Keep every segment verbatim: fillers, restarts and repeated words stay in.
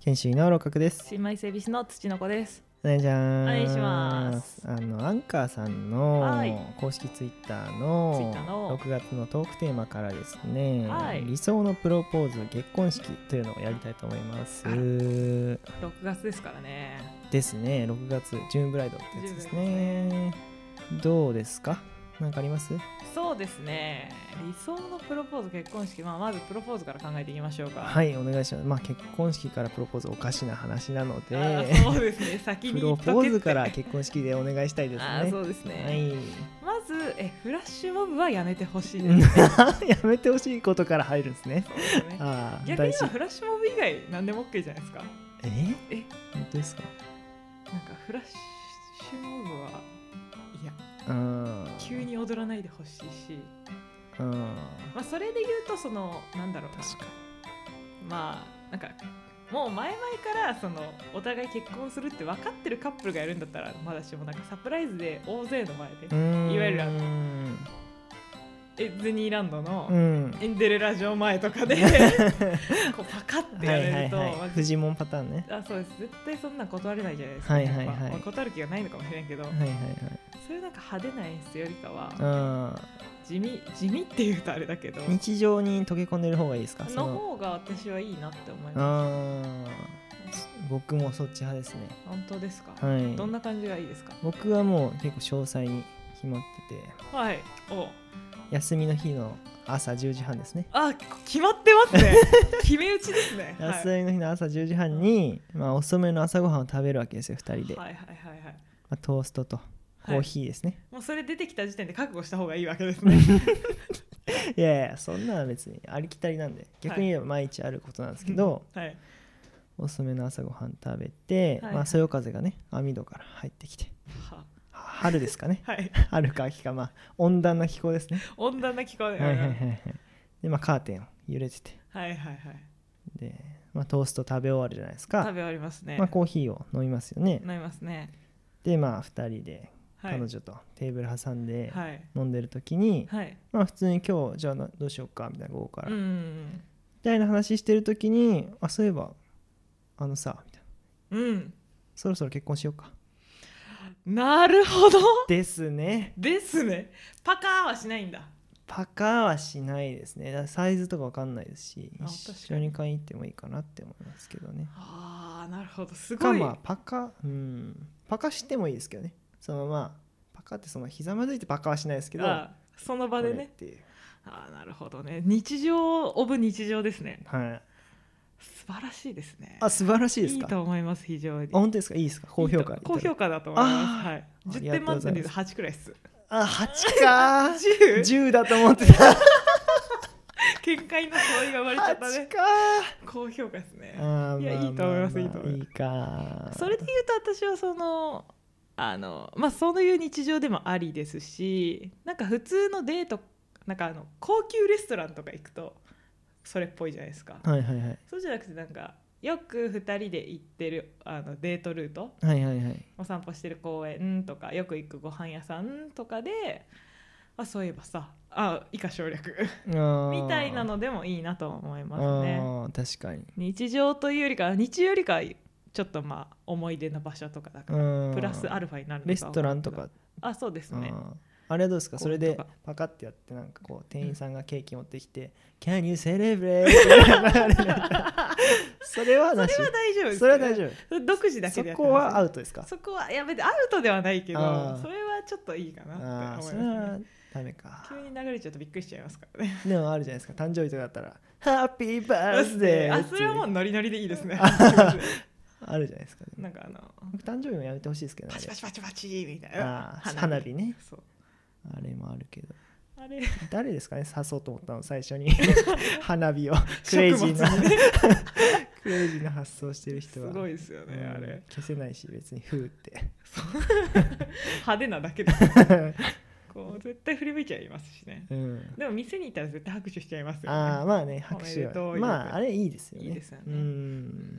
研修医の六角です。 新米整備士の土の子です。 お願いします。 お願いします。 あのアンカーさんの公式ツイッターのろくがつのトークテーマからですね、はい、理想のプロポーズ結婚式というのをやりたいと思います。 ろくがつですからね。 ですね。ろくがつジューンブライドってやつですね。どうですか？なんかあります？ そうですね、理想のプロポーズ結婚式、まあ、まずプロポーズから考えていきましょうか。 はい、お願いします。まあ、結婚式からプロポーズおかしな話なので、 あそうですね、先にプロポーズから結婚式でお願いしたいですね。 あそうですね、 はい、 まずえフラッシュモブはやめてほしいですねやめてほしいことから入るんですね。 そうですね。あ逆にはフラッシュモブ以外何でも OK じゃないですか。 ええ本当ですか？ なんかフラッシュモブはいや急に踊らないでほしいし、うんまあ、それで言うとそのなんだろうな、確かにまあなんかもう前々からそのお互い結婚するって分かってるカップルがやるんだったらまだしも、なんかサプライズで大勢の前でいわゆるあのディズニーランドのエンデレラ城前とかでこうパカッてやれると、はいはいはい、 フジモンパターンね。 あそうです、絶対そんな断れないじゃないですか、 はいはいはい、 まあ、断る気がないのかもしれんけど、はいはいはい、そういうなんか派手な演出よりかは地味地味っていうとあれだけど日常に溶け込んでる方がいいですか？ の方が私はいいなって思います。 僕もそっち派ですね。 本当ですか？ はい、 どんな感じがいいですか？ 僕はもう結構詳細に決まってて、 はい、お休みの日の朝じゅうじはんですね。 あ、決まってますね決め打ちですね休みの日の朝じゅうじはんに、まあ、遅めの朝ごはんを食べるわけですよ、ふたりで。 はいはいはいはい、まあ、トーストとコーヒーですね、 はい、もうそれ出てきた時点で覚悟した方がいいわけですねいやいや、そんなの別にありきたりなんで、逆に言えば毎日あることなんですけど、はい、遅めの朝ごはん食べて、はい、まあ、そよ風がね網戸から入ってきて、は春ですかね、はい、春か秋か、まあ温暖な気候ですね。 温暖な気候で、 はいはいはいはい、で、まあ、カーテンを揺れてて、 はいはいはい、 で、まあ、トースト食べ終わるじゃないですか。 食べ終わりますね。 まあ、コーヒーを飲みますよね。 飲みますね。 で、まあふたりで彼女とテーブル挟んで飲んでる時に、はい、まあ普通に今日じゃあどうしようかみたいな、午後から、うんうん、みたいな話してる時に、あ、そういえばあのさみたいな、うん、そろそろ結婚しようか。 なるほどですね。 ですね。パカーはしないんだ。 パカーはしないですね。だからサイズとか分かんないですし、一緒に買いに行ってもいいかなって思いますけどね。 ああ、なるほど、すごい。 か、まあパカ、うん、パカしてもいいですけどね。そのまあパカってそのひざまずいてパカはしないですけど、 あその場でねっていう。ああ、なるほどね。日常オブ日常ですね。はい。素晴らしいですね。 あ、素晴らしいですか？ いいと思います、非常に。 あ、本当ですか？いいですか？高評価。 高評価だと思います。はい。じゅってん満点ではちくらいです。 あ、はちかじゅう? じゅうだと思ってた見解の相違が生まれちゃったね。はちか高評価ですね。あ、いや、まあまあまあ、いいと思います。いいと思います。いいか。それで言うと私はそのあのまあそういう日常でもありですし、なんか普通のデート、なんかあの高級レストランとか行くとそれっぽいじゃないですか。はいはいはい。そうじゃなくて、なんかよくふたりで行ってるあのデートルート、はいはいはい、お散歩してる公園とかよく行くご飯屋さんとかで、あ、そういえばさ、あ、以下省略みたいなのでもいいなと思いますね。あ、確かに。日常というよりか日常よりかちょっとまあ思い出の場所とかだからプラスアルファになるのか。レストランとか。あ、そうですね。あれはどうですか？それでパカッてやって、なんかこう店員さんがケーキ持ってきて、うん、Can you celebrate? それはなし。それは大丈夫です。それは大丈夫。独自だけでやってます。そこはアウトですか？そこはやめて、アウトではないけど、それはちょっといいかなって思いますね。それはダメか。急に流れちゃうとびっくりしちゃいますからね。でもあるじゃないですか、誕生日とかだったらハッピーバースデー。あ、それはもうノリノリでいいですね。あるじゃないですか、ね。なんかあの誕生日もやめてほしいですけどね。パチパチパチパチみたいな。花火、花火ね。そう。あれもあるけど。あれ誰ですかね、刺そうと思ったの最初に花火をクレイジーなクレイジーな発想してる人はすごいですよね、うん、あれ消せないし別にフーって派手なだけでこう絶対振り向いちゃいますしね、うん、でも店に行ったら絶対拍手しちゃいますよね。ああ、まあね、拍手はまああれいいですよね。いいですよね。うん、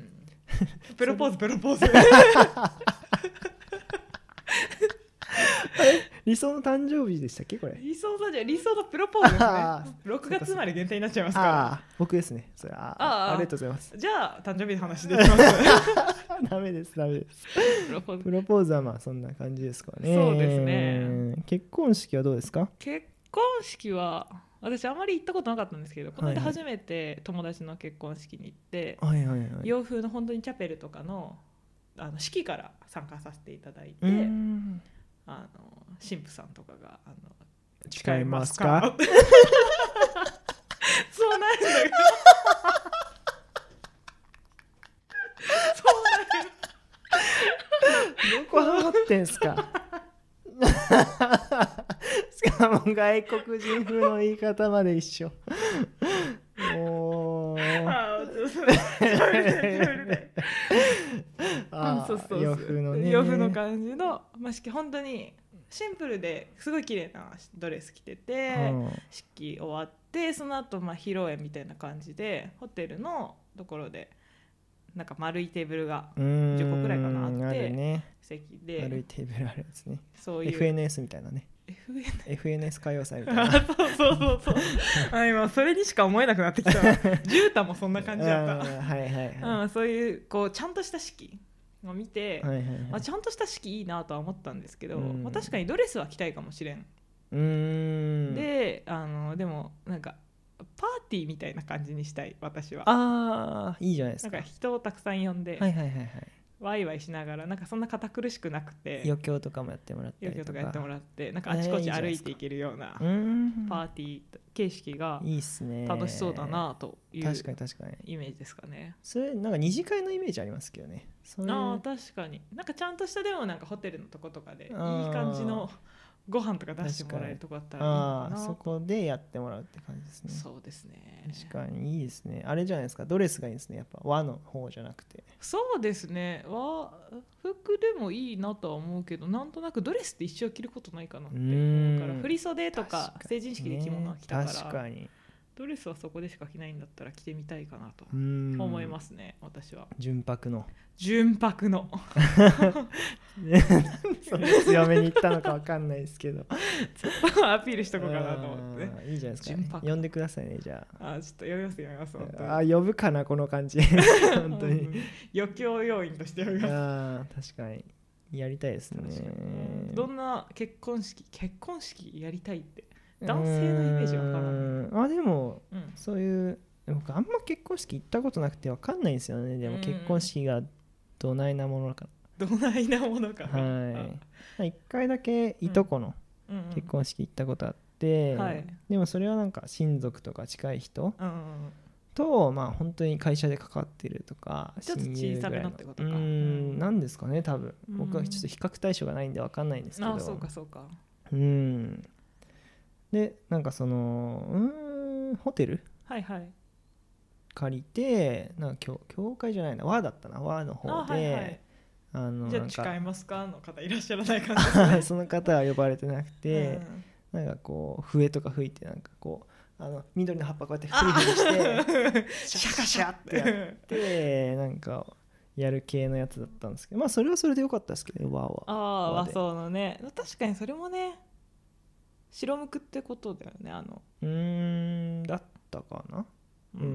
プロポーズプロポーズ理理想の誕生日でしたっけこれ。 理想のじゃ理想のプロポーズですね。ろくがつ生まれ限定になっちゃいますから。 あ僕ですね。それああありがとうございます。 じゃあ誕生日の話できます。 ダメですダメです。プロポーズ。プロポーズはまあそんな感じですかね。 そうですね。 結婚式はどうですか？ 結婚式は私あまり行ったことなかったんですけど、この間初めて友達の結婚式に行って、 はいはいはい、 洋風の本当にチャペルとかのあの式から参加させていただいて、あの神父さんとかがあの誓いますかそうなんだよそうなんだよどこハマってんすかしかも外国人風の言い方まで一緒おーああそうそうそう洋風のね洋風の感じの、まあ、式本当にシンプルですごい綺麗なドレス着てて、うん、式終わってその後まあ披露宴みたいな感じでホテルのところでなんか丸いテーブルがじゅっこくらいかなあってある、ね、席で丸いテーブルあるやつね。 そういうエフエヌエス みたいなね。 エフエヌエス? エフエヌエス 歌謡祭みたいなそうそうそうそうあ今それにしか思えなくなってきた絨毯もそんな感じだったはいはいはい、 うん、そういうこうちゃんとした式を見て、 はいはいはいまあ、ちゃんとした式いいなとは思ったんですけど、まあ、確かにドレスは着たいかもしれん。 うーんであのでもなんかパーティーみたいな感じにしたい私は。 あーいいじゃないですか。 なんか人をたくさん呼んで、 はいはいはいはい、 ワイワイしながらなんかそんな堅苦しくなくて余興とかもやってもらって余興とかやってもらってなんかあちこち歩いていけるようなパーティー形式が楽しそうだなという確かに確かにイメージですかね。 それなんか二次会のイメージありますけどね。それあ確かになんかちゃんとしたでもなんかホテルのとことかでいい感じのご飯とか出してもらえるとこだったらいいのかな。 あそこでやってもらうって感じですね。 そうですね。 確かにいいですね。あれじゃないですか、ドレスがいいですね。やっぱ和の方じゃなくて。 そうですね。和服でもいいなとは思うけど、なんとなくドレスって一生着ることないかなって思うから、振り袖とか成人式で着物は着たから、 確かにドレスはそこでしか着ないんだったら着てみたいかなと思いますね。私は純白の純白のそんな強めに言ったのか分かんないですけどちょっとアピールしとこうかなと思って、 いいじゃないですか、ね、呼んでくださいね。じゃああちょっと呼びます呼びます本当に。 あ呼ぶかなこの感じ本当に余興要員として呼びます。 あ確かにやりたいですね。 どんな結婚式結婚式やりたいって男性のイメージわからない。 あでも、うん、そういう僕あんま結婚式行ったことなくてわかんないんですよね。でも結婚式がどないなものかどないなものかはい一回だけいとこの結婚式行ったことあって、うんうんはい、でもそれはなんか親族とか近い人、うんうん、とまあ本当に会社で関わってるとかちょっと小さめのってことか。うんなんですかね多分僕はちょっと比較対象がないんでわかんないんですけど。 あそうかそうか。 うんでなんかそのうーんホテル、 はいはい、 借りてなんか 教, 教会じゃないな和だったな和の方であ、はいはい、あのじゃあ誓いますかの方いらっしゃらない感じですねその方は呼ばれてなくて、うん、なんかこう笛とか吹いてなんかこうあの緑の葉っぱこうやってフリフリしてシャカシャってやってなんかやる系のやつだったんですけどまあそれはそれでよかったですけど和はああ和そうのね確かにそれもね白むくってことだよね。あのうーんだったかなうん、うん、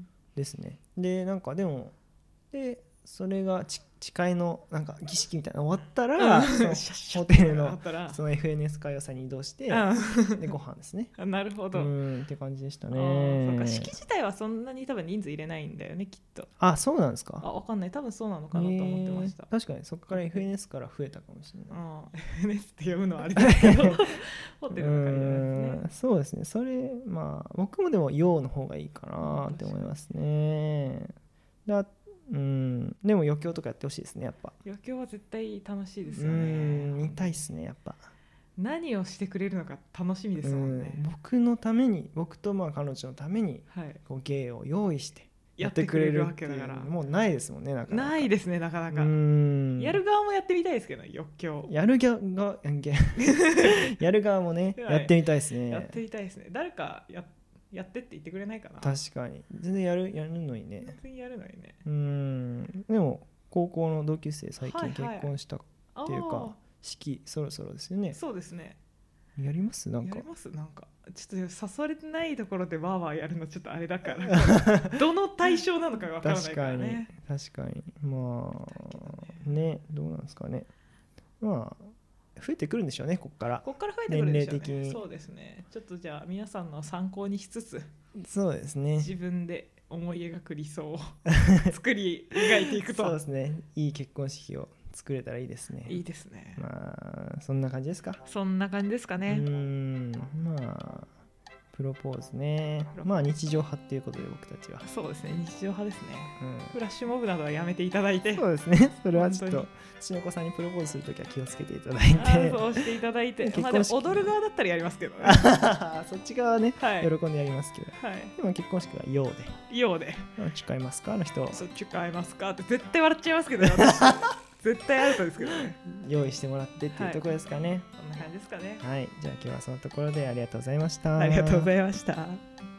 ですね。でなんかでもでそれがち誓いのなんか儀式みたいなの終わったら、うん、そのホテルのその エフエヌエス 歌謡祭に移動して、うん、でご飯ですね。 なるほど。 うんって感じでしたね。 そうか式自体はそんなに多分人数入れないんだよねきっと。 あそうなんですか。 あ分かんない多分そうなのかなと思ってました。 確かにそこから エフエヌエス から増えたかもしれない。 あ エフエヌエス って呼ぶのはあれだけどホテルの会じゃないですね。 そうですねそれまあ僕もでも洋の方がいいかなって思いますね。だうんでも余興とかやってほしいですね。やっぱ余興は絶対楽しいですよね。 うん見たいっすね。やっぱ何をしてくれるのか楽しみですもんね。 ん僕のために僕とまあ彼女のためにこう芸を用意してやってくれるわけだからもうないですもんね。なかなかないですねなかなか。うんやる側もやってみたいですけど余興やる側がやる側もね、はい、やってみたいですね。 やってみたいですね。誰かややってって言ってくれないかな。 確かに全然やるやるのにね。 全然やるのにね。 うんでも高校の同級生最近結婚したっていうか、はいはい、 式そろそろですよね。 そうですね。 やりますなんかやりますなんかちょっと誘われてないところでワーワーやるのちょっとあれだからどの対象なのかが分からないからね。 確かに確かにまあねどうなんですかね。まあ増えてくるんでしょうねここからここから増えてくるんでしょうね。年齢的にそうですね。ちょっとじゃあ皆さんの参考にしつつそうですね自分で思い描く理想を作り描いていくとそうですねいい結婚式を作れたらいいですね。 いいですね。 まあそんな感じですか。 そんな感じですかね。 うーんまあプロポーズね。まあ日常派っていうことで僕たちはそうですね日常派ですね、うん、フラッシュモブなどはやめていただいて。 そうですねそれはちょっとしのこさんにプロポーズするときは気をつけていただいてそうしていただいてまあでも踊る側だったらやりますけどねそっち側ね、はい、喜んでやりますけど、 はい、 でも結婚式はようでようで誓いますかあの人そう誓いますかって絶対笑っちゃいますけど絶対アウトですけどね用意してもらってっていうところですかね、はい、 そんな感じですかね。 はいじゃあ今日はそのところでありがとうございました。 ありがとうございました。